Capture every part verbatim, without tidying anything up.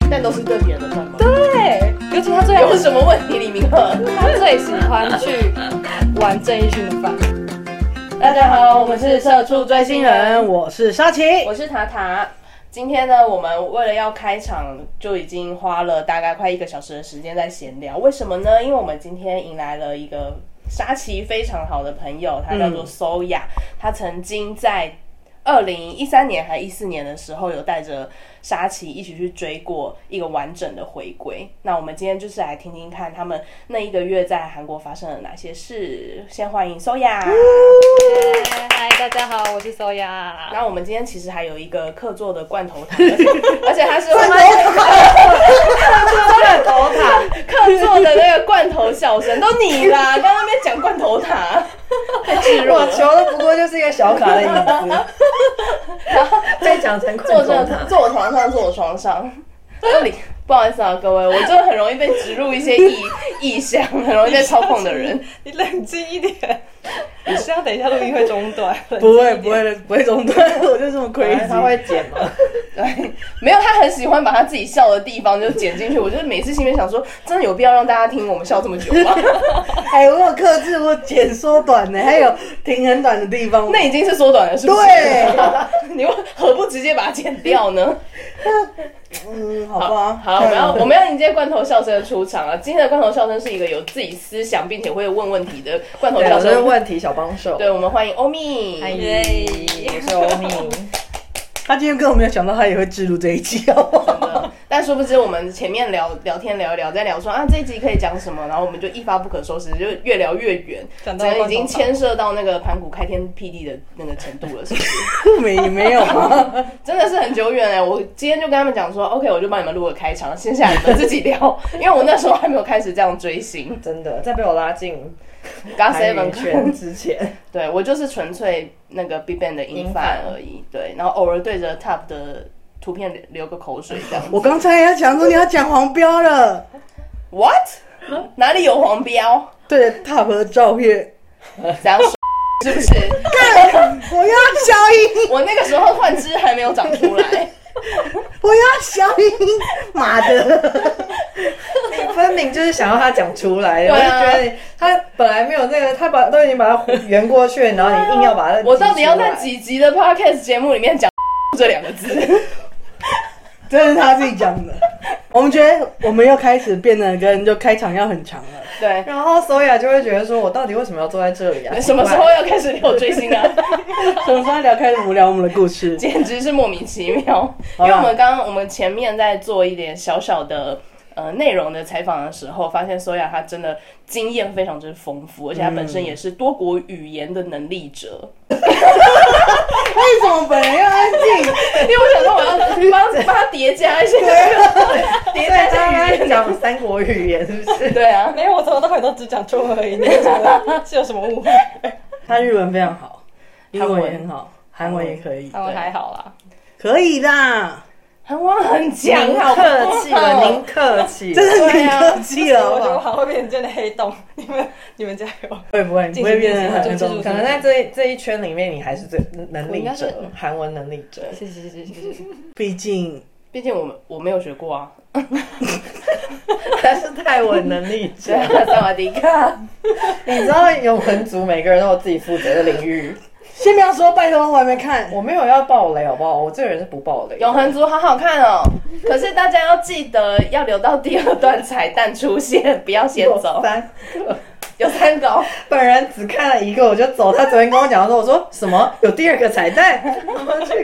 但都是对别人的段吗？ 对，尤其他最有什么问题？李明赫他最喜欢去玩郑义勋的饭。 大家好，我们是社畜追星人， 我是沙琪， 我是塔塔。今天呢，我们为了要开场，就已经花了大概快一个小时的时间在闲聊。为什么呢？因为我们今天迎来了一个沙琪非常好的朋友，他叫做 Soya，、嗯、他曾经在二零一三年还一四年的时候，有带着沙琪一起去追过一个完整的回归。那我们今天就是来听听看他们那一个月在韩国发生了哪些事。先欢迎 Soya。 嗨，大家好，我是 Soya。 然后我们今天其实还有一个客座的罐头塔，而且他是罐头塔， 罐头塔，客座的那个罐头笑声都你啦，刚刚那边讲罐头塔，太置入了。 我求的不过就是一个小卡的椅子，然后被讲成罐头塔， 坐我床上，坐我床上。这里不好意思啊，各位，我真的很容易被植入一些意意象，很容易被操控的人。 你冷静一点，你这样等一下录音会中断。 不会不会不会中断，我就这么crazy。他会剪吗？ 对，没有，他很喜欢把他自己笑的地方就剪进去。我就是每次心里面想说，真的有必要让大家听我们笑这么久吗？ 哎，我有克制，我剪缩短呢，还有停很短的地方。 那已经是缩短了，是不是？ 对， 你何不直接把它剪掉呢？ 嗯，好吧。 好，好，我们要我们要迎接罐头笑声的出场啊！今天的罐头笑声是一个有自己思想并且会问问题的罐头笑声。 我是问题小帮手。 对，我们欢迎欧米。 嗨， 我是欧米。他今天根本没有想到他也会置入这一集哦。 真的，但殊不知我们前面聊聊天聊一聊，在聊说啊这一集可以讲什么，然后我们就一发不可收拾，就越聊越远，可能已经牵涉到那个盘古开天辟地的那个程度了，是不是？ 没没有吗？ 真的是很久远哎！我今天就跟他们讲说 ，OK， 我就帮你们录个开场，接下来你们自己聊，因为我那时候还没有开始这样追星， 真的在被我拉进韩娱圈之前， 对我就是纯粹那个 BigBang 的音范而已，对，然后偶尔对着 Top 的图片流个口水这样。 我刚才要讲说你要讲黄标了 ，What？ 哪里有黄标？ 对着 Top 的照片， 这样说是不是？ 我要消音， 我那个时候幻肢还没有长出来。 我要消音，妈的！分明就是想要他讲出来， 对啊、 我就觉得他本来没有那个，他把都已经把它圆过去，然后你硬要把它。 我到底要在几集的 podcast 节目里面讲这两个字？ 这是他自己讲的。我们觉得我们又开始变得跟就开场要很长了。 对， 然后 Soya 就会觉得说，我到底为什么要坐在这里啊？ 什么时候要开始聊追星啊？ 什么时候聊开始我们聊我们的故事？ 简直是莫名其妙。因为我们刚刚我们前面在做一点小小的呃内容的采访的时候，发现 Soya 他真的经验非常之丰富，而且他本身也是多国语言的能力者。 为什么本人要安静？ 因为我想说我要帮帮他叠加一些，叠加一些语言， 讲三国语言是不是？ 对啊， 没有，我从头到尾都只讲中文而已，是有什么误会？ 他日文非常好，英文也很好，韩文也可以， 韩文还好啦， 可以啦。 韩文很强， 您客气了，您客气，真是您客气了， 我觉得我好会变成真的黑洞，你们你们加油！ 会不会？你会变成黑洞？ 可能在这这一圈里面，你还是最能力者，韩文能力者。 谢谢谢谢谢谢。 毕竟， 毕竟我们我没有学过啊。 他是泰文能力者。 萨瓦迪卡。 你知道永恒族每个人都有自己负责的领域。 先不要说，拜托，我还没看， 我没有要爆雷，好不好？我这个人是不爆雷。 永恒族好好看哦，可是大家要记得要留到第二段彩蛋出现，不要先走。 有三个， 有三个、哦。 本人只看了一个我就走。他昨天跟我讲说，我说什么有第二个彩蛋，然后去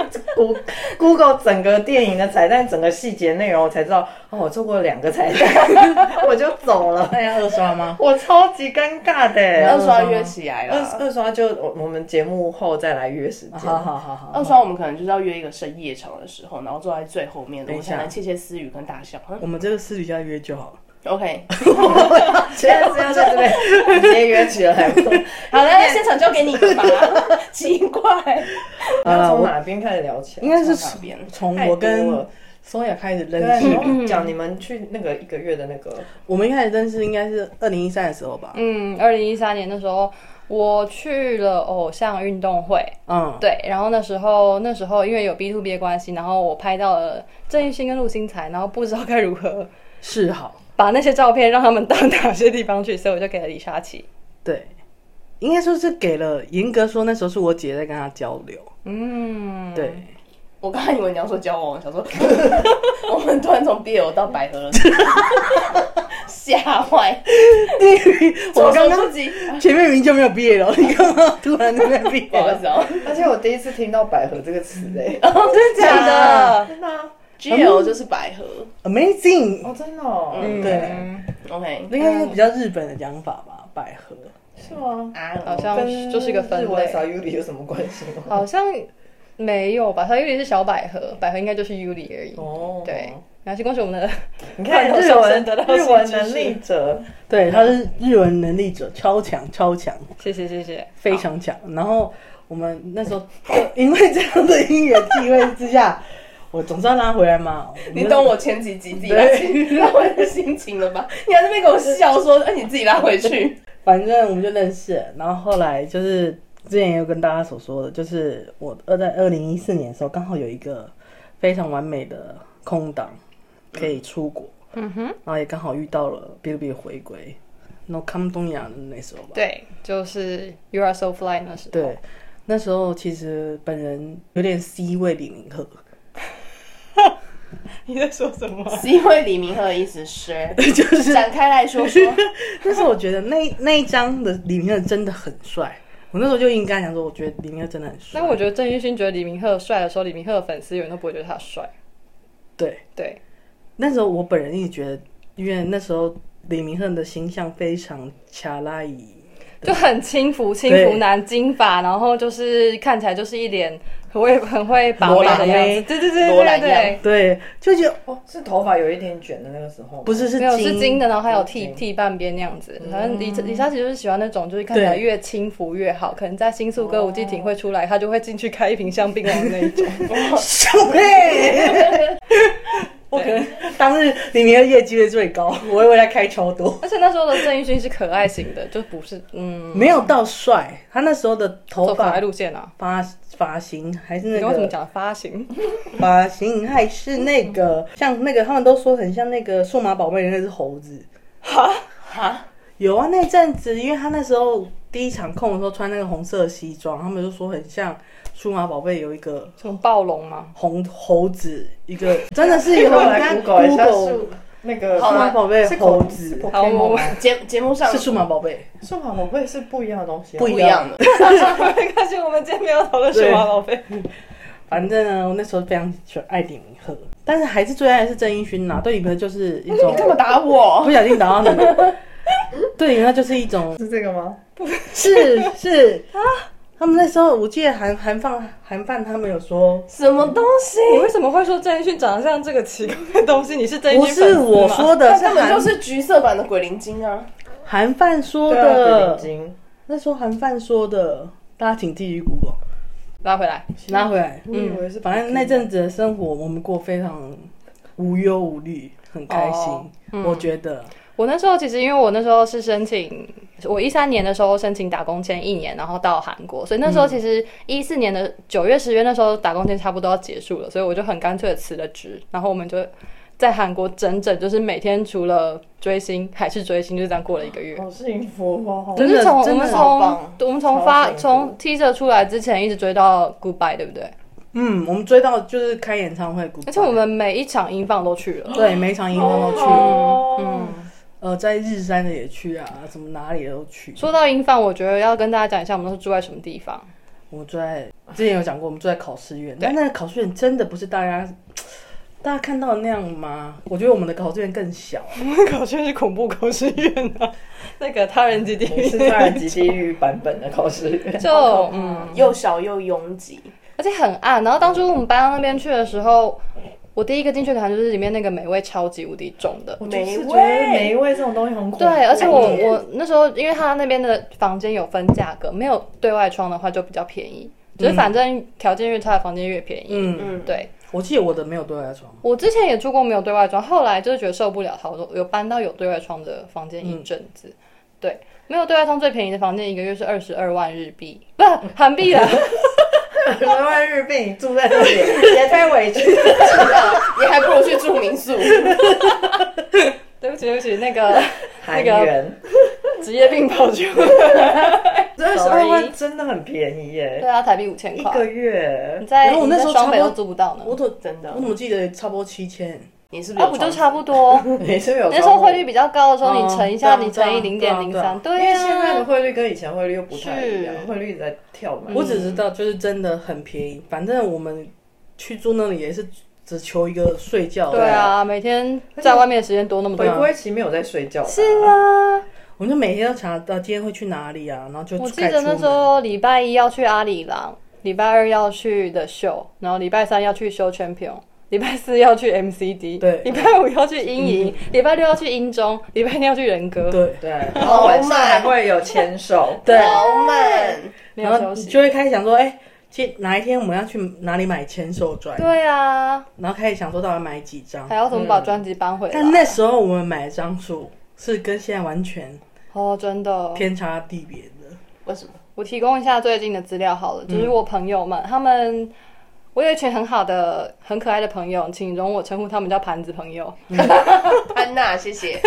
Google 整个电影的彩蛋，整个细节内容，我才知道哦，我做过两个彩蛋，我就走了。 那要二刷吗？ 我超级尴尬的。 二刷约起来了。 二二刷就我们节目后再来约时间。 好好好好。 二刷我们可能就是要约一个深夜场的时候，然后坐在最后面，我才能窃窃私语跟大笑。 我们这个私底下约就好了。 OK， 现在是要在这边直接约起来。 好了，那现场交给你吧。奇怪， 要从哪边开始聊起来？ 应该是从我跟松雅开始认对， 识， 然后讲你们去那个一个月的那个， 我们一开始认识应该是二零一三的时候吧。 嗯，二零一三年的时候，我去了偶像运动会， 嗯， 对，然后那时候那时候因为有 B to B 的关系，然后我拍到了郑义兴跟陆星材，然后不知道该如何示好。 把那些照片让他们到哪些地方去，所以我就给了李莎琪。 对，应该说是给了，严格说那时候是我姐在跟他交流。 嗯， 对， 我刚才以为你要说交往，想说我们突然从 B L 到百合了，吓坏！ 我们刚刚自己， 前面明明就没有毕业了，你干嘛突然那边毕不好意业思哦， 而且我第一次听到百合这个词哎， 哦，真的假的真的啊， ？G L 就是百合 ？Amazing， 哦真的哦， 嗯， 对 ，OK， 应该是比较日本的讲法吧，百合。 是吗？ 啊， 好像跟就是个分日文类， Sayuri 有什么关系吗？ 好像没有吧？它 Yuli 是小百合，百合应该就是 Yuli 而已。 哦， 对，没关系，恭喜我们的你看有日文上升得到日文新知识能力者， 对，他是日文能力者，超强超强， 谢谢谢谢， 非常强。然后我们那时候就因为这样的因缘际会之下，我总是要拉回来嘛。 你懂我前几集自己拉起拉回的心情了吧？你还在那边给我笑说，哎，你自己拉回去。 反正我们就认识了，然后后来就是之前也有跟大家所说的，就是我二在二零一四年的时候，刚好有一个非常完美的空档可以出国， 嗯哼， 然后也刚好遇到了哔哩哔哩回归，然后康东亚的那时候吧。 对，就是 You Are So Fly 那时候， 对，那时候其实本人有点 C 位李明赫。 你在说什么？ 是因为李明赫的意思是， 就是展开来说说。 但是我觉得那那一张的李明赫真的很帅，我那时候就应该想说，我觉得李明赫真的很帅。 但我觉得郑义勋觉得李明赫帅的时候，李明赫的粉丝永远都不会觉得他帅。 对对， 那时候我本人也觉得，因为那时候李明赫的形象非常恰拉伊， 就很轻浮轻浮男，金发，然后就是看起来就是一脸很会很会把妹的样子，对对对罗兰样对对。 对，就觉得哦，是头发有一点卷的那个时候吗， 不是是没有金是金的，然后还有剃金剃半边那样子。反正李李莎琪就是喜欢那种，就是看起来越轻浮越好。可能在新宿歌舞伎町会出来，他就会进去开一瓶香槟王那一种。 小配。我可能当日李明赫业绩会最高，我会为他开超多。 而且那时候的郑义勋是可爱型的，就不是嗯， 没有到帅，他那时候的头发走可爱路线啊。 发发型还是那个你为什么讲发型？ 发型还是那个像那个他们都说很像那个数码宝贝的那只猴子。 哈哈， 有啊，那阵子因为他那时候第一场空的时候穿那个红色西装，他们就说很像数码宝贝有一个什么暴龙吗？ 红猴子，一个真的是有我来人家 Google 一下 Google 数那个数码宝贝是猴子是好我 Pokemon 吗节节目上是数码宝贝， 数码宝贝是不一样的东西啊， 不不一样的。 没关系，我们今天没有讨论数码宝贝。 反正呢，我那时候非常喜欢爱李明赫，但是还是最爱的是郑义勋呐。对李明赫就是一种你干嘛打我？ 不小心打到你，对李明赫就是一种是这个吗？ 是是啊。他们那时候我记得韩韩范韩范他们有说， 什么东西？ 你为什么会说郑义勋长得像这个奇怪的东西？你是郑义不勋粉丝吗？ 是我说的， 那是韩根本就是橘色版的鬼灵精啊！ 韩范说对啊， 的鬼，灵精那时候韩范说的，大家请自己去 Google 拉回来。 拿回来。 我以为是， 反正那阵子的生活我们过非常无忧无虑，很开心。 哦嗯我觉得我那时候其实因为我那时候是申请，我一三年的时候申请打工签一年，然后到韩国，所以那时候其实一四年的九月十月那时候打工签差不多要结束了，所以我就很干脆的辞了职，然后我们就在韩国整整就是每天除了追星还是追星，就这样过了一个月。 好幸福哦， 真的就是从我真的们好棒从我们从发超幸福从 teaser 出来之前一直追到 Goodbye， 对不对？ 嗯，我们追到就是开演唱会， 而且我们每一场音放都去了。 对每一场音乐都去， 哦嗯， 呃，在日山的也去啊，什么哪里的都去。 说到音放，我觉得要跟大家讲一下，我们都是住在什么地方。 我们住在之前有讲过，我们住在考试院，但那个考试院真的不是大家大家看到的那样吗？我觉得我们的考试院更小。 考试院是恐怖考试院啊，那个他人及地狱是他人及地狱版本的考试院， 就嗯， 又小又拥挤， 而且很暗。然后当初我们搬到那边去的时候，我第一个进去的感觉就是里面那个美味超级无敌重的。 我就是美觉得美味这种东西很恐怖。 对，而且我我那时候因为他那边的房间有分价格，没有对外窗的话就比较便宜，就是反正条件越差的房间越便宜。 嗯， 嗯， 对， 我记得我的没有对外窗。 我之前也住过没有对外窗，后来就是觉得受不了，好，有搬到有对外窗的房间一阵子。嗯、对，没有对外窗最便宜的房间一个月是二十二万日币，不是韩币啦。 二十万日币，你住在这里也太委屈了， 你还不如去住民宿。 对不起，对不起，那个韩元职业病跑出来，这二十二万真的很便宜耶。 对啊，台币五千块一个月。 你在我那时候双北都租不到呢。 我都真的， 我怎么记得差不多七千？ 你是不是有？ 啊，不就差不多？ 你是不是有？ 那时候汇率比较高的时候，你乘一下， 嗯、 你乘以零点零三，对啊。 因为现在的汇率跟以前汇率又不太一样，汇率一直在跳嘛。 我只知道就是真的很便宜，反正我们去住那里也是。只求一个睡觉。 对啊，每天在外面的时间多那么多。 回归期没有在睡觉。 是啊， 我们就每天都想到今天会去哪里啊，然后就我记得那时候礼拜一要去阿里郎，礼拜二要去的秀，然后礼拜三要去修 Champion， 礼拜四要去 M C D， 对， 礼拜五要去英营，礼拜六要去英中，礼拜天要去人歌。 对对，然后晚上还会有牵手。 对， 好慢， 然后你就会开始想说，哎。哪一天我们要去哪里买签售专？ 对啊， 然后开始想说到底买几张， 还要怎么把专辑搬回来、嗯？ 但那时候我们买的张数是跟现在完全哦，真的天差地别的。 为什么？ 我提供一下最近的资料好了，就是我朋友们，嗯、他们我有一群很好的、很可爱的朋友，请容我称呼他们叫盘子朋友。 安娜，谢谢。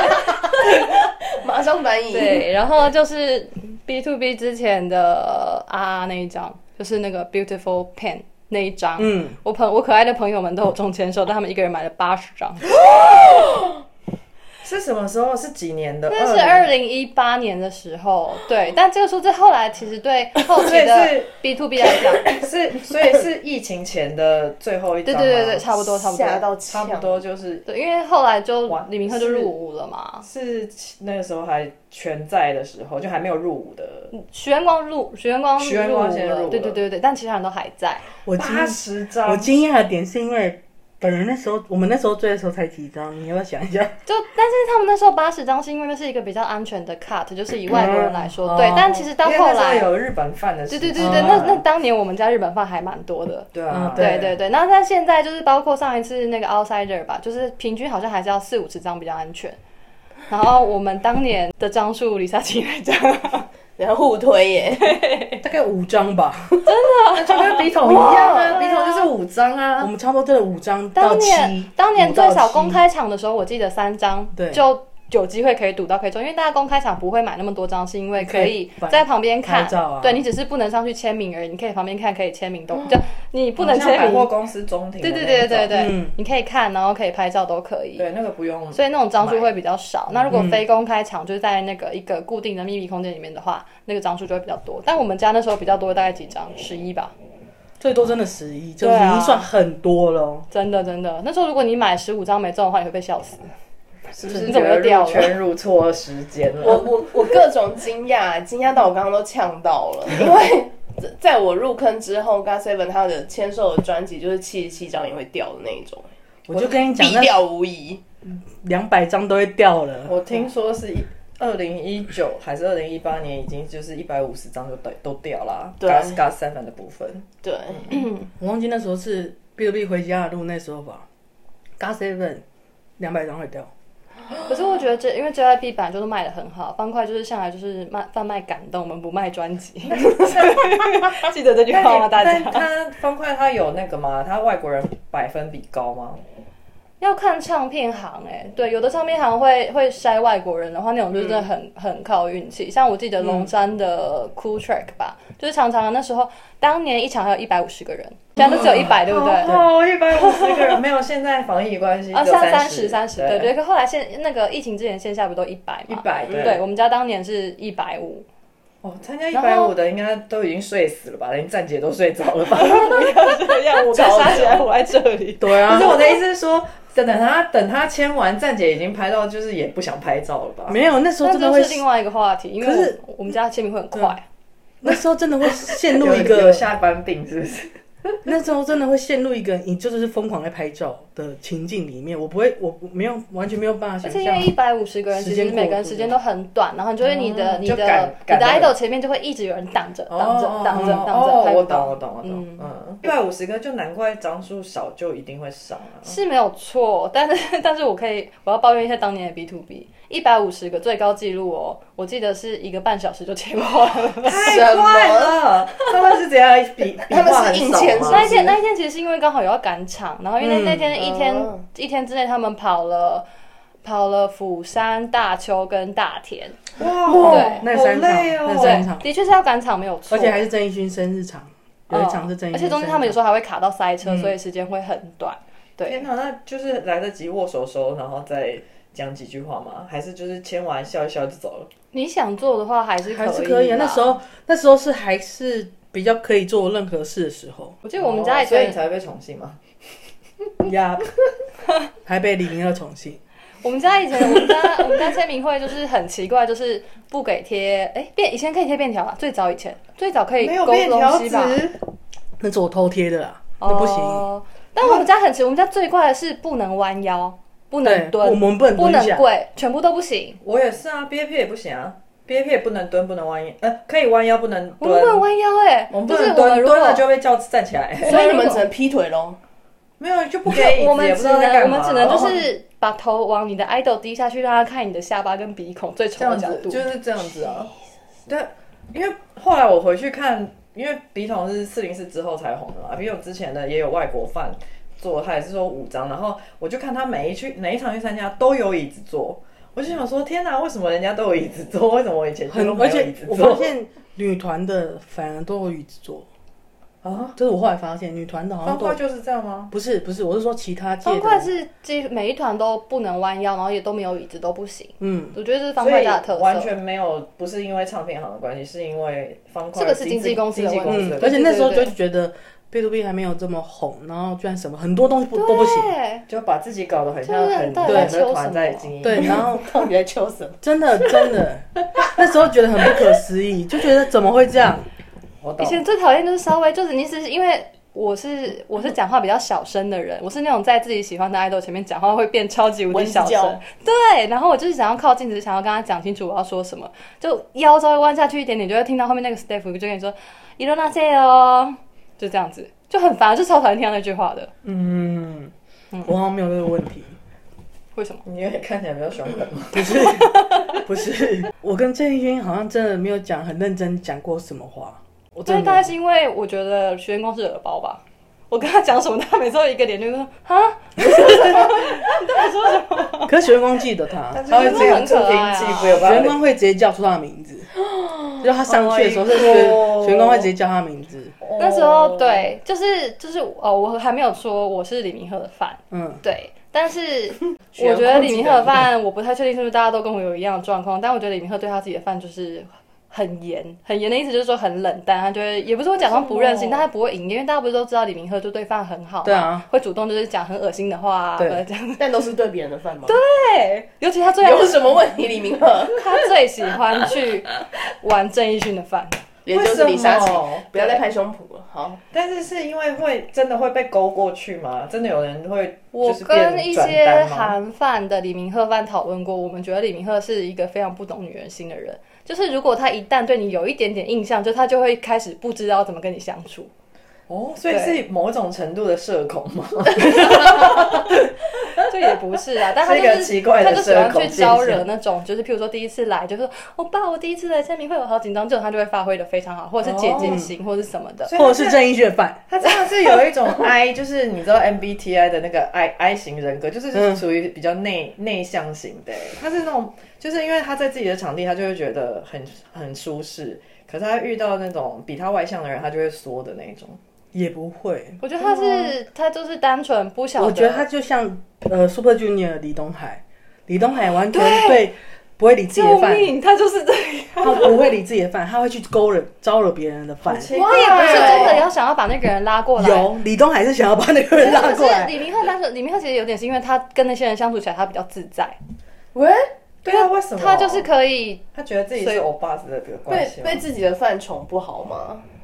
马上翻译。 对，然后就是 B to B 之前的啊那一张。就是那个 Beautiful Pen 那一张，嗯，我朋我可爱的朋友们都有中签售，但他们一个人买了八十张。 是什么时候？是几年的？ 那是二零一八年的时候，对。但这个数字后来其实对后期的 B to B 来讲， 是所以是疫情前的最后一张吗？ 对对对对，差不多差不多， 吓到差不多就是对，因为后来就李明赫就入伍了嘛， 是那个时候还全在的时候，就还没有入伍的。 徐元光入，徐元光徐元光先入伍， 对对对对，但其他人都还在。 我八十张， 我惊讶的点是因为。本人那时候，我们那时候追的时候才几张，你要不要想一下？ 就但是他们那时候八十张是因为那是一个比较安全的 cut， 就是以外国人来说，嗯、对。哦、但其实到后来有日本饭的， 对对对对，那那当年我们家日本饭还蛮多的， 对啊， 对对对。那但现在就是包括上一次那个 Outsider 吧，就是平均好像还是要四五十张比较安全。然后我们当年的张数，李莎琪来讲。 然后互推耶， 大概五张吧， 真的， 就跟笔筒一样啊，笔筒就是五张啊。 我们差不多真的五张到七。 当年当年最少公开场的时候，我记得三张， 对， 就有机会可以赌到可以中，因为大家公开场不会买那么多张，是因为可以在旁边看， 啊、 对你只是不能上去签名而已，你可以旁边看，可以签名都，就你不能签名。 百货公司中庭， 对对对对对，嗯、你可以看，然后可以拍照都可以。 对，那个不用， 所以那种张数会比较少。那如果非公开场，就是在那个一个固定的密闭空间里面的话，那个张数就会比较多。但我们家那时候比较多，大概几张？十一吧。 最多真的十一，就已经算很多了、哦。 真的真的，那时候如果你买十五张没中的话，你会被笑死。 是不是你怎么又掉了？圈入错时间了。 我我我各种惊讶，惊讶到我刚刚都呛到了，因为在我入坑之后 ，God Seven 他的签售的专辑就是七十七张也会掉的那一种。 我就跟你讲， 必掉无疑， 两百张都会掉了。 我听说是二零一九还是二零一八年，已经就是一百五十张就都掉啦。 对 ，God Seven 的部分。 对， 嗯、我忘记那时候是 B to B 回家的路那时候吧 ，God Seven 两百张会掉。 可是我觉得这因为 J Y P 本来就是卖的很好，方块就是向来就是卖贩卖感动，我们不卖专辑。记得这句话吗？大家？ 但他方块他有那个吗？他外国人百分比高吗？ 要看唱片行哎、欸，对，有的唱片行会会筛外国人的话，那种就是真的很、嗯、很靠运气。像我记得龙山的 Cool Track 吧，嗯、就是常常那时候当年一场还有一百五十个人，现在都只有一百、嗯，对不对？ 哦，一百五十个人，没有现在防疫关系， 啊，像三十三十，对对。可后来现那个疫情之前线下不都一百吗？ 一百，对。 对，我们家当年是一百五。 哦，参加一百五的应该都已经睡死了吧？连站姐都睡着了吧？ 不要这样，我跟莎起来我在这里。 对啊， 可是我的意思是说。等他等他签完，站姐已经拍到，就是也不想拍照了吧？ 没有，那时候真的会是另外一个话题，因为我们家签名会很快。 那时候真的会陷入一个有下班病，是不是？ 那时候真的会陷入一个你就是疯狂在拍照的情境里面，我不会，我没有完全没有办法而想象。 且因为一百五十个人，其实每个人时间都很短，然后你就会你的、 嗯、 你的你的 idol 前面就会一直有人挡着挡着挡着挡着拍不到。 我懂我懂我懂，嗯，一百五十个就难怪张数少就一定会上啊， 是没有错，但是但是我可以我要抱怨一下当年的 B to B。一百五十个最高纪录哦，我记得是一个半小时就切完了， 太快了！他们是怎样比？ 他们是印钱那一天那一天其实是因为刚好有要赶场，然后因为那、嗯、那天一天、嗯、一天之内他们跑了跑了釜山、大邱跟大田。 哇， 对， 那三场， 哦、 那三场的确是要赶场没有错， 而且还是郑义勋生日场，有一场是郑义勋生日场、嗯， 而且中间他们有时候还会卡到塞车，嗯、所以时间会很短。对， 天哪，那就是来得及握手手，然后再讲几句话吗？还是就是签完笑一笑就走了？ 你想做的话还是可以， 还是可以啊。那时候那时候是还是比较可以做任何事的时候。 我记得我们家以前、 哦，所以你才会被宠幸吗？ 呀，还被李明赫宠幸。 我们家以前，我们家我们家签名会就是很奇怪，就是不给贴，哎、欸，便以前可以贴便条啦，最早以前最早可以勾东西吧？ 那是我偷贴的啦，那不行。 哦、但我们家很奇，我们家最怪的是不能弯腰。不能蹲， 我们不能不能跪，全部都不行。 我也是啊 ，B A P 也不行啊 ，B A P 也不能蹲，不能弯腰，呃，可以弯腰，不能蹲。 我们不能弯腰哎、欸， 我们不能蹲，蹲了就被叫站起来。 所以你们只能劈腿咯。 没有就不给椅子， 我们也不知道在干嘛。 我们只能就是把头往你的 idol 低下去，让他看你的下巴跟鼻孔最丑的角度， 就是这样子啊。对，因为后来我回去看，因为笔筒是四零四之后才红的嘛，笔筒之前的也有外国饭。做他也是说五张，然后我就看他每一去哪一场去参加都有椅子坐，我就想说天哪，为什么人家都有椅子坐？为什么我以前就都没有椅子坐？ 而且我发现女团的反而都有椅子坐啊，这是我后来发现女团的好像都方块就是这样吗？ 不是不是，我是说其他届的方块是几每一团都不能弯腰，然后也都没有椅子都不行。嗯，我觉得这是方块家的特色， 完全没有不是因为唱片行的关系，是因为方块这个是经纪公司的问题、 嗯，而且那时候就觉得。B to B 还没有这么红，然后居然什么很多东西不都不行， 就把自己搞得很像很对的团在经营。 对，然后到底在求什么？ 真的真的，那时候觉得很不可思议，就觉得怎么会这样？ 我懂。 以前最讨厌就是稍微就是你只是因为我是我是讲话比较小声的人，我是那种在自己喜欢的 idol 前面讲话会变超级无敌小声，对，然后我就是想要靠近，只是想要跟他讲清楚我要说什么，就腰稍微弯下去一点点，就会听到后面那个 staff 就跟你说伊罗纳塞哦。就这样子，就很烦，就超讨厌听到那句话的。 嗯，我好像没有这个问题。 为什么？ 你有点看起来比较凶狠吗？ 不是，不是，我跟郑义勋好像真的没有讲很认真讲过什么话。我真的大概是因为我觉得学员公司耳包吧。我跟他讲什么，他每次都一个脸就说哈，你在说什么？ 可是学员光记得他， 他会这样触屏记，不有办法。 学员光会直接叫出他的名字，就他上去的时候是学学员光会直接叫他的名字。 那时候对，就是就是哦，我还没有说我是李明赫的饭，嗯，对。但是我觉得李明赫的饭，我不太确定是不是大家都跟我有一样的状况，但我觉得李明赫对他自己的饭就是很严，很严的意思就是说很冷淡，他就会也不是说假装不认识，但他不会赢，因为大家不是都知道李明赫就对饭很好嘛， 对啊， 会主动就是讲很恶心的话、啊， 对， 这样， 但都是对别人的饭吗？ 对，尤其他最有什么问题？李明赫他最喜欢去玩郑义勋的饭。 也就是李莎琪，不要再拍胸脯了。好， 但是是因为会真的会被勾过去吗？真的有人会就是我跟一些韩饭的李明赫饭讨论过，我们觉得李明赫是一个非常不懂女人心的人。就是如果他一旦对你有一点点印象，就他就会开始不知道怎么跟你相处。 哦，所以是某种程度的社恐吗？ 这也不是啊，但他就是是一个奇怪的社恐， 他就喜欢去招惹那种，就是譬如说第一次来，就是说欧巴，我第一次来签名会，我好紧张，这种他就会发挥的非常好，或者是姐姐型，哦、或者是什么的， 或者是正义血饭。 他真的是有一种 I， 就是你知道 M B T I 的那个 I I 型人格，就是属于比较内内向型的。他是那种，就是因为他在自己的场地，他就会觉得很很舒适，可是他遇到那种比他外向的人，他就会缩的那种。 也不会， 我觉得他是、嗯、他就是单纯不晓得。 我觉得他就像呃 Super Junior 李东海，李东海完全对不会理自己的饭， 他就是这样， 他不会理自己的饭，他会去勾人招惹别人的饭。 我也不是真的要想要把那个人拉过来。 有李东海是想要把那个人拉过来。 可是李明赫单纯，李明赫其实有点是因为他跟那些人相处起来他比较自在。 喂，对啊，为什么？ 他就是可以， 他觉得自己是欧巴子的这个关系， 被被自己的饭宠不好吗？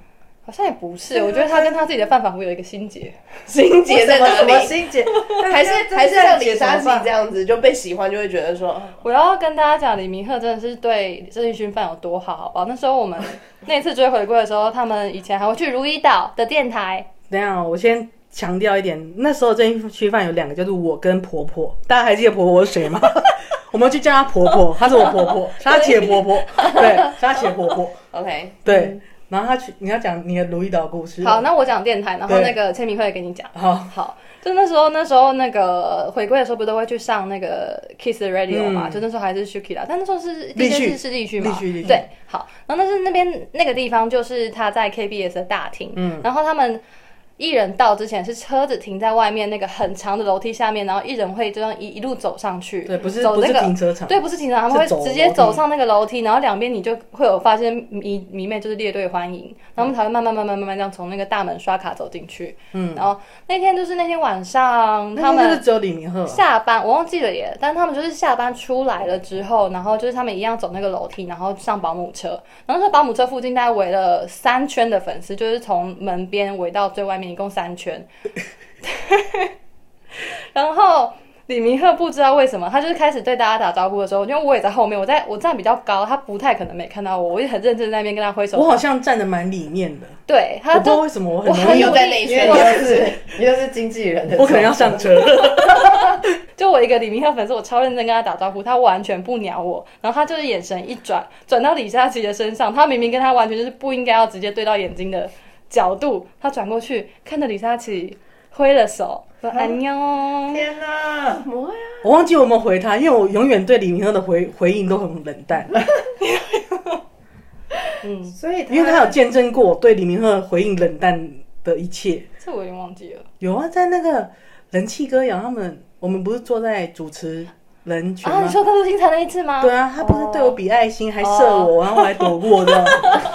好像也不是，我觉得他跟他自己的饭法会有一个心结。 心结在哪什么里？ 心结？ 还是还是像李莎琪这样子就被喜欢，就会觉得说， 我要跟大家讲，李明赫真的是对郑义勋饭有多好，好不好？那时候我们那次追回归的时候，他们以前还会去如意岛的电台。 等一下，我先强调一点，那时候这一区饭有两个，就是我跟婆婆。大家还记得婆婆是谁吗？我们就叫她婆婆，她是我婆婆，是她姐婆婆，对，是她姐婆婆。 OK， 对。然后她去，你要讲你的如意岛故事。 好，那我讲电台，然后那个签名会给你讲。 好， 好，就那时候那时候那个回归的时候，不都会去上那个 Kiss Radio 嘛？嗯、就那时候还是 Shuki 啦，但那时候是立旭是立旭嘛？ 立旭立旭。 对，好，然后那是那边那个地方就是他在 K B S 的大厅，嗯，然后他们。艺人到之前是车子停在外面那个很长的楼梯下面，然后艺人会这样一一路走上去。 对，不是、 走、那个、 不是停车场。 对，不是停车场，他们会直接走上那个楼梯，然后两边你就会有发现迷迷妹就是列队欢迎，然后他们才会慢慢慢慢慢慢这样从那个大门刷卡走进去。嗯，然后那天就是那天晚上，他们就是只有李明赫下班，我忘记了耶，但他们就是下班出来了之后，然后就是他们一样走那个楼梯，然后上保姆车，然后那保姆车附近大概围了三圈的粉丝，就是从门边围到最外面，一共三圈。然后李明赫不知道为什么，他就是开始对大家打招呼的时候，因为我也在后面，我在我站比较高，他不太可能没看到我，我也很认真在那边跟他挥手。 我好像站得蛮里面的， 对，他我不知道为什么我很容易有在内圈， 因为你就是你就是经纪人的， 我可能要上车。 就我一个李明赫粉丝，我超认真跟他打招呼，他完全不鸟我，然后他就是眼神一转，转到李佳琦的身上，他明明跟他完全就是不应该要直接对到眼睛的角度，他转过去看着李佳琦挥了手说安妞。 天哪， 怎么会啊？ 我忘记我们回他，因为我永远对李明赫的回回应都很冷淡。 嗯， 所以因为他有见证过我对李明赫回应冷淡的一切。 这我已经忘记了。 有啊，在那个人气歌谣，他们我们不是坐在主持人群吗？ 啊，你说他是精彩那一次吗？ 对啊，他不是对我比爱心，还射我，然后我还躲过的。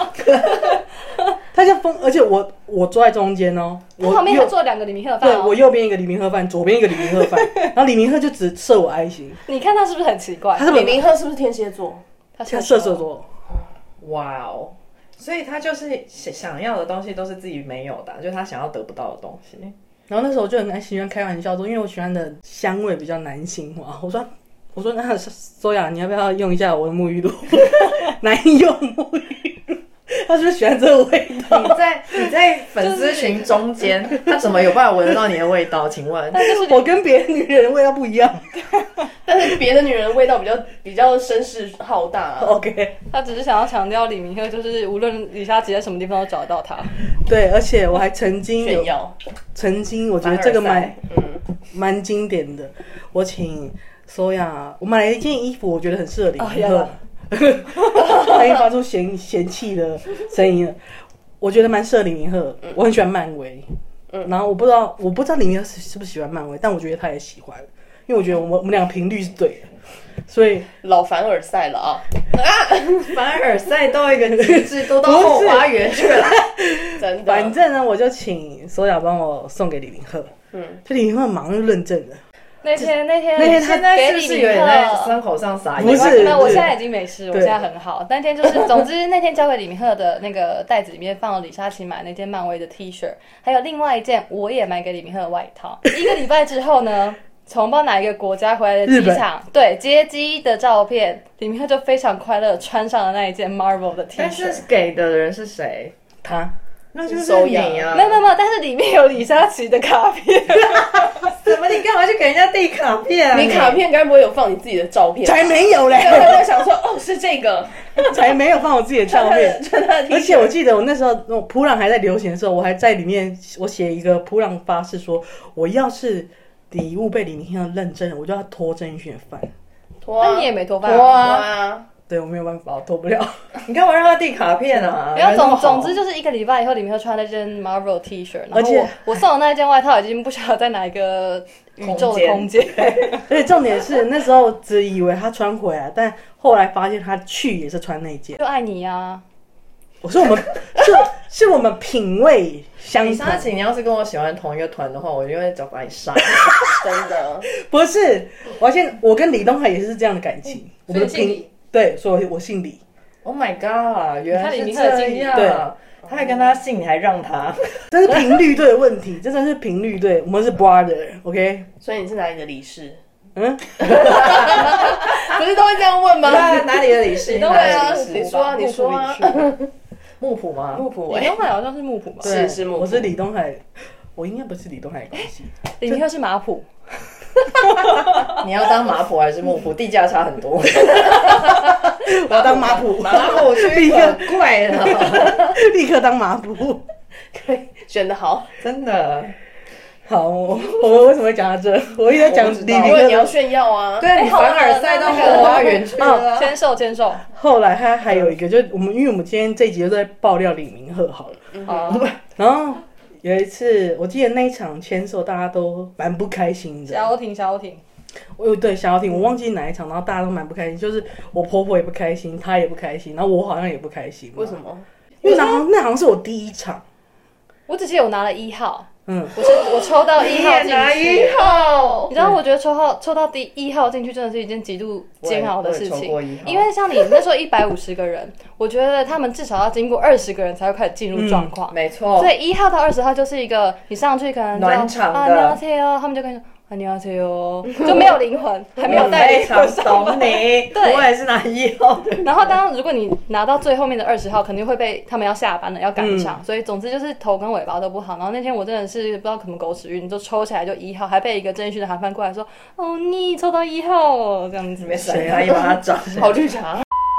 他就疯，而且我我坐在中间哦，我旁边还坐两个李明赫饭、哦， 对我右边一个李明赫饭，左边一个李明赫饭，然后李明赫就只射我爱心。 你看他是不是很奇怪？ 他是李明赫是不是天蝎座？ 他射射座。 哇哦！所以他就是想要的东西都是自己没有的，就是他想要得不到的东西。 然后那时候我就很喜欢开玩笑说，因为我喜欢的香味比较男性化，我说我说那周雅，你要不要用一下我的沐浴露？男用沐浴露。他是不是喜欢这个味道？ 你在你在粉丝群中间，就是、他怎么有办法闻得到你的味道？请问， 我跟别的女人的味道不一样， 但是别的女人的味道比较比较声势浩大、啊。 OK， 他只是想要强调李明赫，就是无论李佳琦在什么地方都找得到他。 对，而且我还曾经炫耀， 曾经我觉得这个蛮蛮、嗯、经典的。我请索雅，我买了一件衣服，我觉得很适合李明赫。他已经发出嫌嫌弃的声音了，我觉得蛮适合李明赫。我很喜欢漫威，嗯、然后我不知道我不知道李明赫是不是喜欢漫威，但我觉得他也喜欢，因为我觉得我们我们两个频率是对的，所以老凡尔赛了啊！ 凡尔赛到一个极致，都到后花园去了， 真的。 反正呢，我就请索雅帮我送给李明赫，嗯，就李明赫马上就认证了。 那天那天那天他现在是不是有点在伤口上撒盐？ 不是， 没有，我现在已经没事，我现在很好。那天就是，总之那天交给李明赫的那个袋子里面放了李佳琦买那件漫威的 T 恤，还有另外一件我也买给李明赫的外套。一个礼拜之后呢，从不知道哪一个国家回来的机场，对接机的照片，李明赫就非常快乐穿上了那一件 Marvel 的 T 恤。 但是给的人是谁？ 他。 那就是你啊！ 没有没有没有，但是里面有李佳琦的卡片。 什么？你干嘛去给人家递卡片啊？ 你卡片该不会有放你自己的照片？ 才没有嘞！ 对，他在想说，哦，是这个， 才没有放我自己的照片。 穿他的 T 恤。 而且我记得我那时候普朗还在流行的时候，我还在里面我写一个普朗发誓说，我要是礼物被李明赫认真了，我就要拖郑义勋的饭。 拖啊！ 那你也没拖饭啊？ 拖啊！ 对，我没有办法，我拖不了。 你干嘛让他递卡片啊？ 然后总总之就是一个礼拜以后，李明赫穿那件 Marvel T 恤，然后我我送的那件外套已经不晓得在哪一个宇宙的空间。 而且重点是那时候只以为他穿回来，但后来发现他去也是穿那件。 就爱你啊！ 我说我们是是我们品味相同。 李佳琦，你要是跟我喜欢同一个团的话，我就会早把你杀。 真的不是，我先我跟李东海也是这样的感情。 我们的品。 对，所以我姓李。 哦 Oh my god， 原来是这样。 对， 他还跟他姓，你还让他？ 这是频率对的问题，这真是频率对。我们是 brother，OK？、Okay? 所以你是哪里的理事？ 嗯， 不是都会这样问吗？ 哪里的理事？ 你都会啊，你说啊，你说啊。 木浦吗？ 木浦， 李东海好像是木浦吧？ 是是木浦， 我是李东海，我应该不是李东海的关系。 李明赫是马浦。 你要当马浦还是木浦？地价差很多。 我要当马浦， 马浦立刻怪了， 立刻当马浦， 可以选得好， 真的。 好，我我们为什么会讲到这？我一直在讲李明赫， 因为你要炫耀啊。 对，你凡尔赛到后花园去了。 签售签售。 后来他还有一个，就是我们因为我们今天这一集都在爆料李明赫好了， 嗯、 然后有一次我记得那一场签售大家都蛮不开心的。 小婷小婷。 哦，对，小婷，我忘记哪一场，然后大家都蛮不开心，就是我婆婆也不开心，她也不开心，然后我好像也不开心。 为什么？ 因为那好像那好像是我第一场， 我只记得我拿了一号。 嗯， 我是我抽到一号进去， 一号， 你知道，我觉得抽号抽到第一号进去真的是一件极度煎熬的事情，因为像你那时候一百五十个人，我觉得他们至少要经过二十个人才会开始进入状况， 嗯，没错， 所以一号到二十号就是一个你上去可能暖场的， 啊，你好哦，他们就跟你说。你好，加油！就没有灵魂，还没有带灵魂上。 非常懂你， 对， 我也是拿一号的。 然后，当如果你拿到最后面的二十号，肯定会被他们要下班了，要赶场。嗯、所以，总之就是头跟尾巴都不好。然后那天我真的是不知道什么狗屎运，就抽起来就一号，还被一个郑义勋的韩范过来说：“哦，你抽到一号哦，这样子。” 没闪他一巴掌， 好绿茶。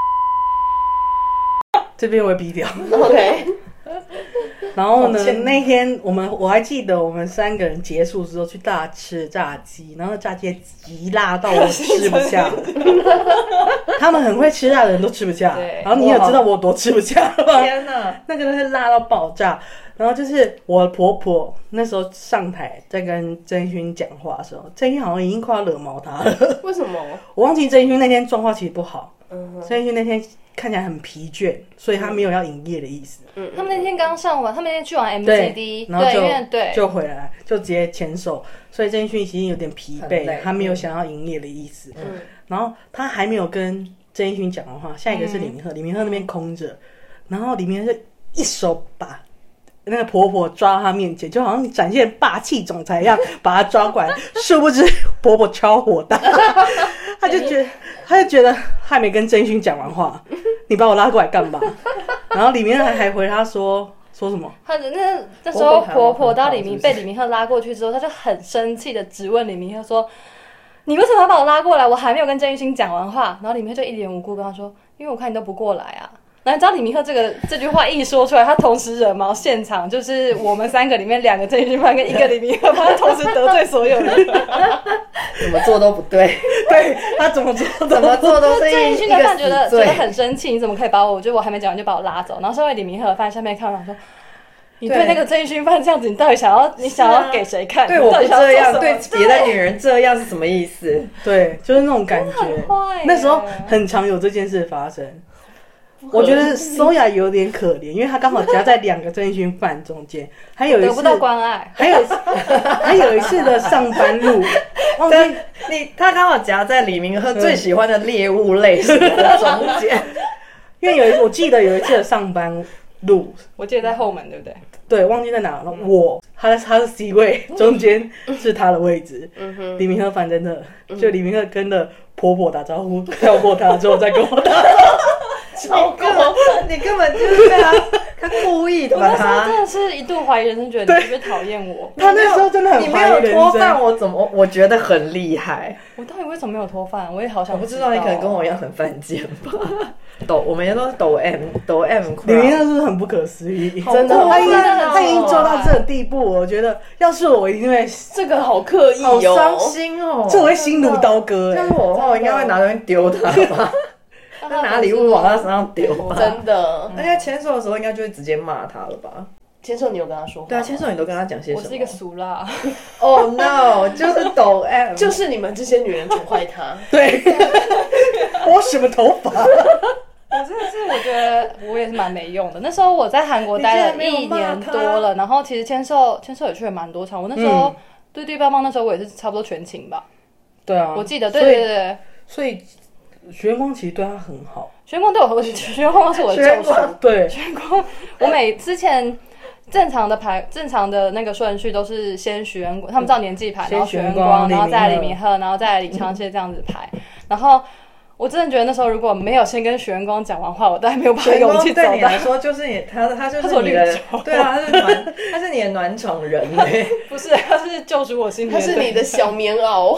这边我会逼掉。 OK。 然后呢？那天我们我还记得，我们三个人结束之后去大吃炸鸡，然后炸鸡极辣到我吃不下。他们很会吃辣的人都吃不下，然后你也知道我多吃不下了吧？ 天哪， 那个是辣到爆炸。然后就是我婆婆那时候上台在跟郑义勋讲话的时候，郑义勋好像已经快要惹毛他了。 为什么？ 我忘记郑义勋那天状况其实不好。嗯，郑义勋那天看起来很疲倦，所以他没有要营业的意思。 嗯，他们那天刚上完，他们那天去完 M C D， 然后就对对就回来，就直接签售。所以郑义勋其实有点疲惫，他没有想要营业的意思。嗯，然后他还没有跟郑义勋讲完话，下一个是李明赫，李明赫那边空着，然后李明赫是一手把那个婆婆抓到他面前，就好像展现霸气总裁一样，把她抓过来。殊不知婆婆超火大，他就觉得，他就觉得还没跟郑义勋讲完话，你把我拉过来干嘛？然后李明赫还还回他说说什么？ 他的那那时候婆婆到李明被李明赫拉过去之后，他就很生气的质问李明赫说：“你为什么要把我拉过来？我还没有跟郑义勋讲完话。”然后李明赫就一脸无辜跟他说：“因为我看你都不过来啊。”然后你知道李明赫这个这句话一说出来，他同时惹毛现场，就是我们三个里面两个郑义勋犯跟一个李明赫，他同时得罪所有人， 怎么做都不对， 对他怎么做怎么做都是一郑义勋的犯觉得觉得很生气，你怎么可以把我，我觉得我还没讲完就把我拉走？然后身为李明赫的犯下面看完说。你对那个郑义勋犯这样子，你到底想要你想要给谁看？ 对我不这样，对别的女人这样是什么意思？ 对，就是那种感觉。那时候很常有这件事发生。我觉得Soya有点可怜，因为她刚好夹在两个郑义勋犯中间，还有一次得不到关爱， 还有还有一次的上班路，忘记你他刚好夹在李明赫最喜欢的猎物类型的中间， 因为有一我记得有一次的上班路， 我记得在后门，对不对？ 对，忘记在哪了。我他他是 C 位，中间是他的位置。嗯哼，李明赫反正的，就李明赫跟了婆婆打招呼，跳过他之后再跟我打招呼， 超过你根本就是被他他故意的把他。 我那时候真的是一度怀疑人生，觉得你是不是讨厌我？ 他那时候真的很你没有脱饭，我怎么我觉得很厉害？ 我到底为什么没有脱饭？我也好想我不知道，你可能跟我一样很犯贱吧。抖，我们也都是抖 M， 抖 M。 李明赫是不是很不可思议？ 真的， 他已经他已经做到这个地步，我觉得要是我一定会这个好刻意哦， 好伤心哦， 这我会心如刀割。 要是我的话，我应该会拿东西丢他吧，就拿礼物往他身上丢吧。 真的， 而且签售的时候应该就会直接骂他了吧？ 签售你有跟他说话？ 对啊，签售你都跟他讲些什么？ 我是一个俗辣。 Oh no， 就是抖 M， 就是你们这些女人宠坏他。 对，我什么头发？ 我真的是，我觉得我也是蛮没用的。那时候我在韩国待了一年多了，然后其实签售签售也去了蛮多场。我那时候、嗯、对对棒棒，那时候我也是差不多全勤吧。 对啊， 我记得，对对对对。 所以许愿光其实对他很好， 许愿光对我，许愿光是我的救赎。 对， 许愿光，我每之前正常的排正常的那个顺序都是先许愿光，他们照年纪排，然后许愿光，然后再李明赫，然后再李昌燮这样子排，然后。我真的觉得那时候如果没有先跟许愿光讲完话，我大概没有办法勇气走到。 对你来说就是你，他他就是你的，对啊，他是暖，他是你的暖场人嘞。 不是，他是救赎我心里的。 他是你的小棉袄。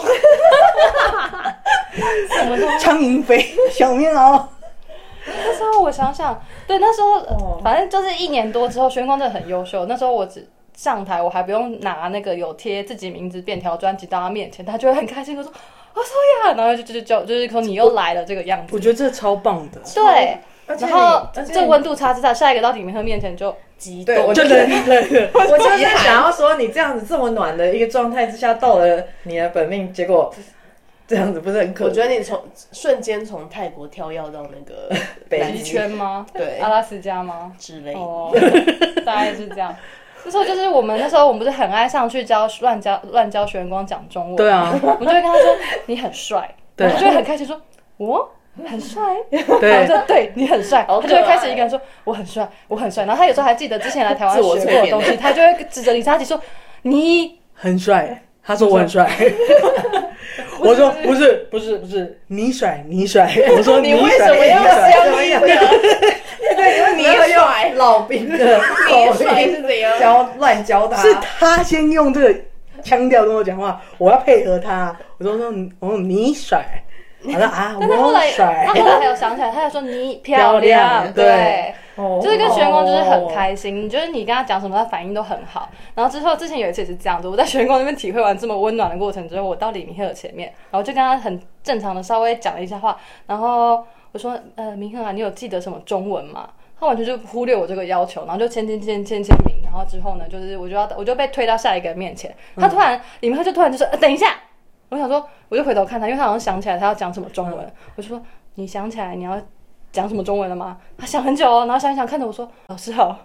什么都苍蝇飞小棉袄。 那时候我想想，对，那时候、哦、反正就是一年多之后，许愿光真的很优秀。那时候我只上台，我还不用拿那个有贴自己名字便条专辑到他面前，他就会很开心的说。我说呀，然后就就就就是说你又来了这个样子， 我觉得这超棒的。 对，然后这温度差之大，下一个到李明赫面前就激动， 我就冷冷。我就是想要说，你这样子这么暖的一个状态之下，到了你的本命，结果这样子不是很可？ 我觉得你从瞬间从泰国跳跃到那个北极圈吗？ 对， 阿拉斯加吗？ 之类的， 哦，大概是这样。那时候就是我们那时候我们不是很爱上去教乱教乱教许愿光讲中文， 对啊， 我们就会跟他说你很帅，对，他就会很开心说我很帅，对，然后就对你很帅，他就会开始一个人说我很帅，我很帅，然后他有时候还记得之前来台湾学过的东西，他就会指着李莎琪说你很帅，他说我很帅，我说不是不是不是你帅你帅，我说你为什么要相应呢？ 对，因为你要用老兵的口音是怎样教乱教他， 是他先用这个腔调跟我讲话，我要配合他，我就说我说你帅，好了啊，我帅， 他后来还有想起来，他还说你漂亮，对。 哦、 就是跟许愿光就是很开心，就是你跟他讲什么，他反应都很好。然后之后之前有一次也是这样子，我在许愿光那边体会完这么温暖的过程之后，我到李明赫的前面，然后就跟他很正常的稍微讲了一下话，然后我说呃明赫啊，你有记得什么中文吗？他完全就忽略我这个要求，然后就签签签签签名，然后之后呢，就是我就要我就被推到下一个人面前，他突然、嗯、李明赫就突然就说、呃、等一下，我想说我就回头看他，因为他好像想起来他要讲什么中文，嗯、我就说你想起来你要讲什么中文了吗？他想很久哦，然后想一想看着我说老师好。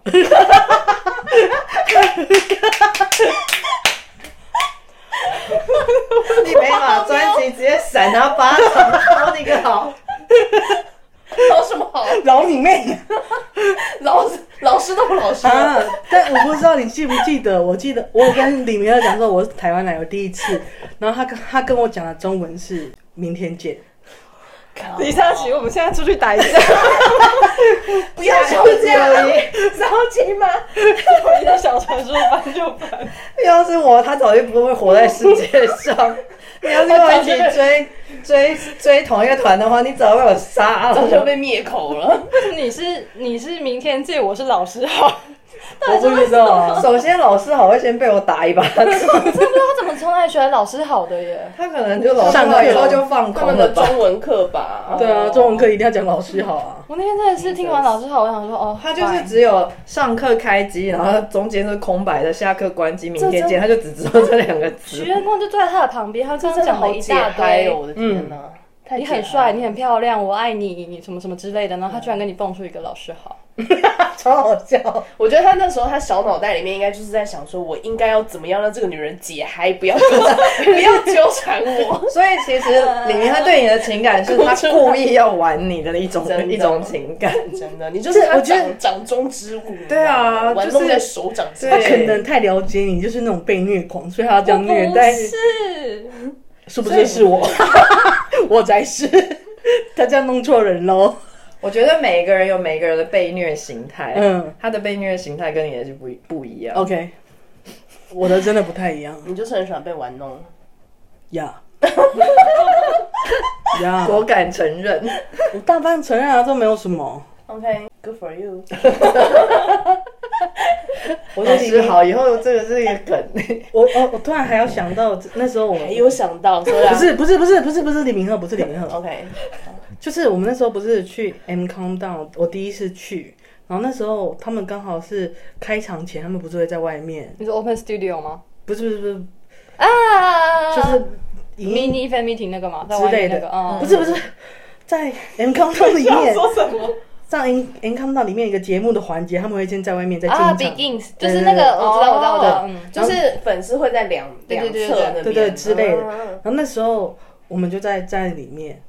你没把专辑直接闪他巴掌，饶你个好。 饶什么好？ 饶你妹！ 老老师都不老师啊！但我不知道你记不记得，我记得我跟李明赫讲说我是台湾来的第一次，然后他跟他跟我讲的中文是明天见。 李莎琪，我们现在出去打一架， 不要吵架，着急吗？ 我一个小传说翻就翻。 要是我，他早就不会活在世界上。你要是跟我一起追追追同一个团的话，你早就被我杀了， 早就被灭口了。 你是你是明天见，我是老师好。 我不知道啊。 首先，老师好会先被我打一巴掌。 我真的不知道他怎么从哪里学来老师好的耶。 他可能就老师好以后就放空了吧。 他们的中文课吧。 对啊，中文课一定要讲老师好啊。 我那天真的是听完老师好，我想说哦， 他就是只有上课开机，然后中间是空白的，下课关机，明天见，他就只知道这两个字。 许愿光就坐在他的旁边，他刚刚讲了一大堆， 我的天哪！ 你很帅，你很漂亮，我爱你，你什么什么之类的，然后他居然跟你蹦出一个老师好。 超好笑！ 我觉得他那时候他小脑袋里面应该就是在想说，我应该要怎么样让这个女人解嗨，不要纠缠，不要纠缠我。 所以其实李明他对你的情感是他故意要玩你的一种一种情感， 真的，你就是他掌掌中之物。 对啊， 玩弄在手掌之间。他可能太了解你，就是那种被虐狂，所以他要这样虐待。 是， 是不是是我？我才是，他这样弄错人喽。 我觉得每一个人有每一个人的被虐形态，嗯，他的被虐形态跟你的就不不一样。 OK， 我的真的不太一样。 你就是很喜欢被玩弄， 呀呀， 我敢承认， 我大半承认啊，这没有什么。 OK，Good for you。 我老师好，以后这个是一个梗。 我我我突然还要想到，那时候我还有想到，不是不是不是不是不是李明赫，不是李明赫。 OK。 就是我们那时候不是去 M Countdown， 我第一次去，然后那时候他们刚好是开场前，他们不是会在外面。 你是 Open Studio 吗？ 不是不是不是啊， 就是 mini fan meeting 那个嘛， 之类的。 那個嗯、 不是不是，在 M Countdown 里面。 说什么？ 在 M M Countdown 里面一个节目的环节，他们会先在外面再进场。 啊 ，Begins 就是那个，我知道我知道我知道，嗯， 就是粉丝会在两两侧那边， 对对之类的。然后那时候我们就在在里面。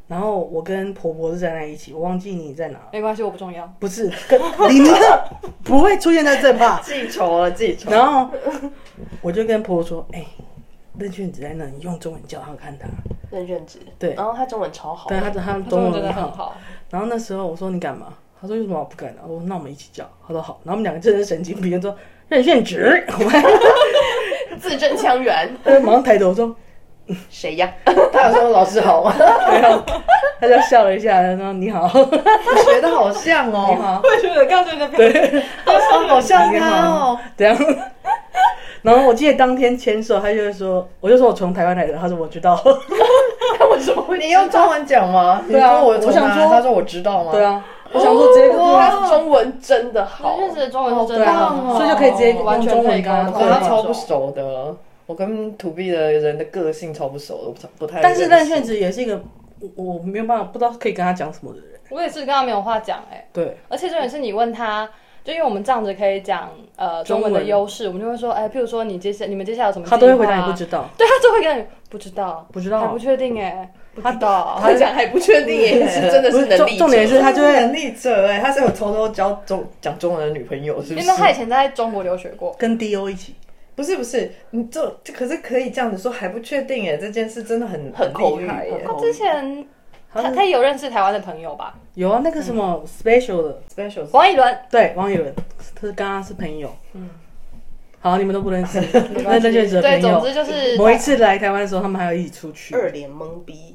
然后我跟婆婆是站在一起，我忘记你在哪。 没关系，我不重要。 不是，跟你们不会出现在这吧？ 记仇了，记仇。 然后我就跟婆婆说：“哎、欸，任炫芷在那，你用中文叫他看他。” 任炫芷， 对， 然后他中文超好， 对，他他中文真的很好。 然后那时候我说：“你干嘛？”他说：“有什么我不干的？”我说：“那我们一起叫。”他说：“好。”然后我们两个真的神经病，说：“任炫芷。”我们字正腔圆。 呃，马上抬头说。 谁呀？ 他有说老师好吗？ 没有，他就笑了一下，他说你好。 学的好像哦。 你好。 我觉得刚才那边对， 好像他哦。 这样。然后我记得当天牵手，他就会说，我就说我从台湾来的，他说我知道。 他为什么会？ 你用中文讲吗？ 对啊， 我我想说， 他说我知道吗？ 对啊，我想说直接他中文真的好， 任炫芷的中文是真的好， 所以就可以直接完全可以跟他他超不熟的。我跟土币的人的个性超不熟的，我不太。 但是任炫芷也是一个我我没有办法不知道可以跟他讲什么的人。 我也是跟他没有话讲哎、欸。 对。 而且重点是你问他，就因为我们这样子可以讲呃中文的优势，我们就会说哎、欸，譬如说你接下你们接下来有什么计划、啊， 他都会回答你不知道。 对，他就会跟你不知道， 不知道， 还不确定哎、欸。不知道， 他讲还不确定也是真的是能力者。 重点是他就会能力者哎，他是有偷偷交中讲中文的女朋友，是不是？ 因为他以前在中国留学过， 跟 D O 一起。 不是不是，你这可是可以这样子说还不确定哎，这件事真的很很厉害耶。 他之前他他也有认识台湾的朋友吧？ 有啊，那个什么 special 的 special 王一伦， 对，王一伦，他是跟他是朋友。嗯。好，你们都不认识，那任炫芷的朋友。 对，总之就是某一次来台湾的时候，他们还要一起出去。 二脸懵逼。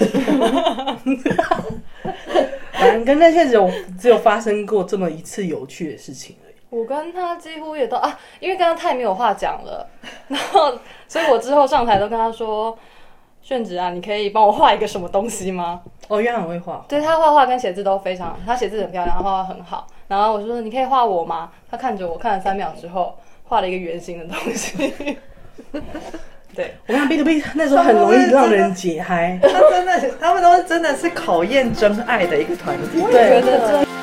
反正跟任炫芷只有发生过这么一次有趣的事情而已。 我跟他几乎也都啊，因为刚刚太没有话讲了，然后所以我之后上台都跟他说：“炫芷啊，你可以帮我画一个什么东西吗？” 哦，因为他很会画。 对，他画画跟写字都非常，他写字很漂亮，他画画很好。然后我就说：“你可以画我吗？”他看着我看了三秒之后，画了一个圆形的东西。对， 我看 B to B 那时候很容易让人解嗨， 他真的，他们都是真的是考验真爱的一个团体。 我觉得这。